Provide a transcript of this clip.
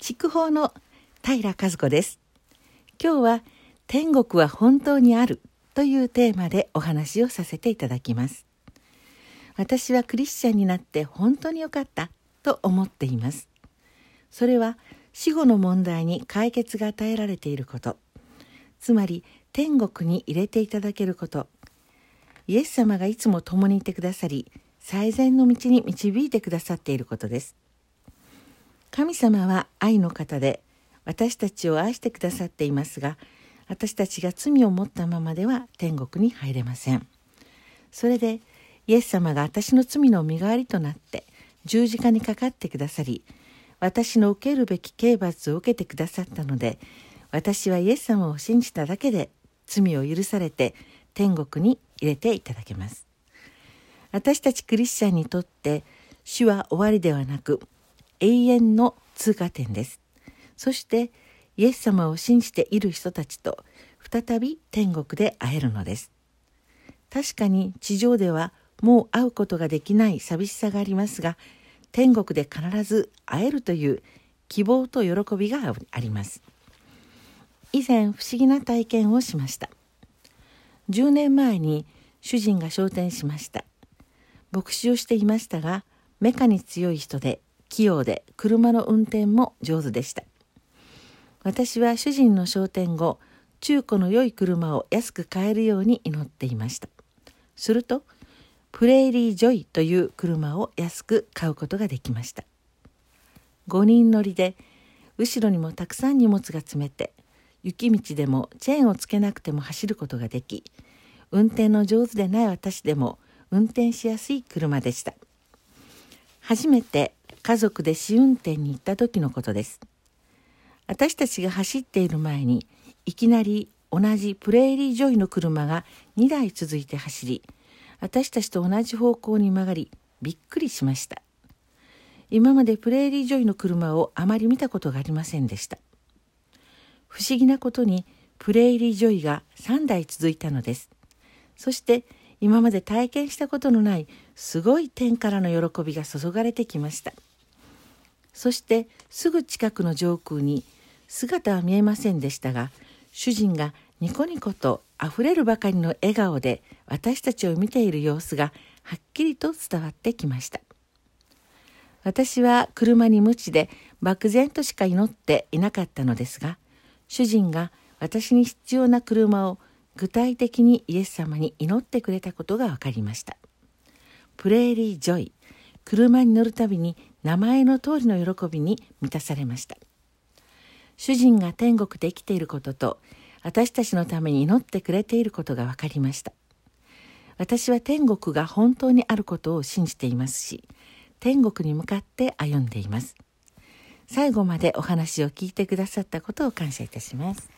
筑豊の平和子です。今日は天国は本当にあるというテーマでお話をさせていただきます。私はクリスチャンになって本当に良かったと思っています。それは死後の問題に解決が与えられていること、つまり天国に入れていただけること、イエス様がいつも共にいてくださり、最善の道に導いてくださっていることです。神様は愛の方で私たちを愛してくださっていますが、私たちが罪を持ったままでは天国に入れません。それでイエス様が私の罪の身代わりとなって十字架にかかってくださり、私の受けるべき刑罰を受けてくださったので、私はイエス様を信じただけで罪を許されて天国に入れていただけます。私たちクリスチャンにとって死は終わりではなく永遠の通過点です。そしてイエス様を信じている人たちと再び天国で会えるのです。確かに地上ではもう会うことができない寂しさがありますが、天国で必ず会えるという希望と喜びがあります。以前不思議な体験をしました。10年前に主人が昇天しました。牧師をしていましたが、メカに強い人で器用で車の運転も上手でした。私は主人の昇天後、中古の良い車を安く買えるように祈っていました。するとプレーリージョイという車を安く買うことができました。5人乗りで後ろにもたくさん荷物が積めて、雪道でもチェーンをつけなくても走ることができ、運転の上手でない私でも運転しやすい車でした。初めて家族で試運転に行った時のことです。私たちが走っている前にいきなり同じプレーリージョイの車が2台続いて走り、私たちと同じ方向に曲がり、びっくりしました。今までプレーリージョイの車をあまり見たことがありませんでした。不思議なことにプレーリージョイが3台続いたのです。そして今まで体験したことのないすごい天からの喜びが注がれてきました。そしてすぐ近くの上空に姿は見えませんでしたが、主人がニコニコとあふれるばかりの笑顔で私たちを見ている様子がはっきりと伝わってきました。私は車に無知で漠然としか祈っていなかったのですが、主人が私に必要な車を具体的にイエス様に祈ってくれたことが分かりました。プレーリージョイ、車に乗るたびに名前の通りの喜びに満たされました。主人が天国で生きていることと、私たちのために祈ってくれていることが分かりました。私は天国が本当にあることを信じていますし、天国に向かって歩んでいます。最後までお話を聞いてくださったことを感謝いたします。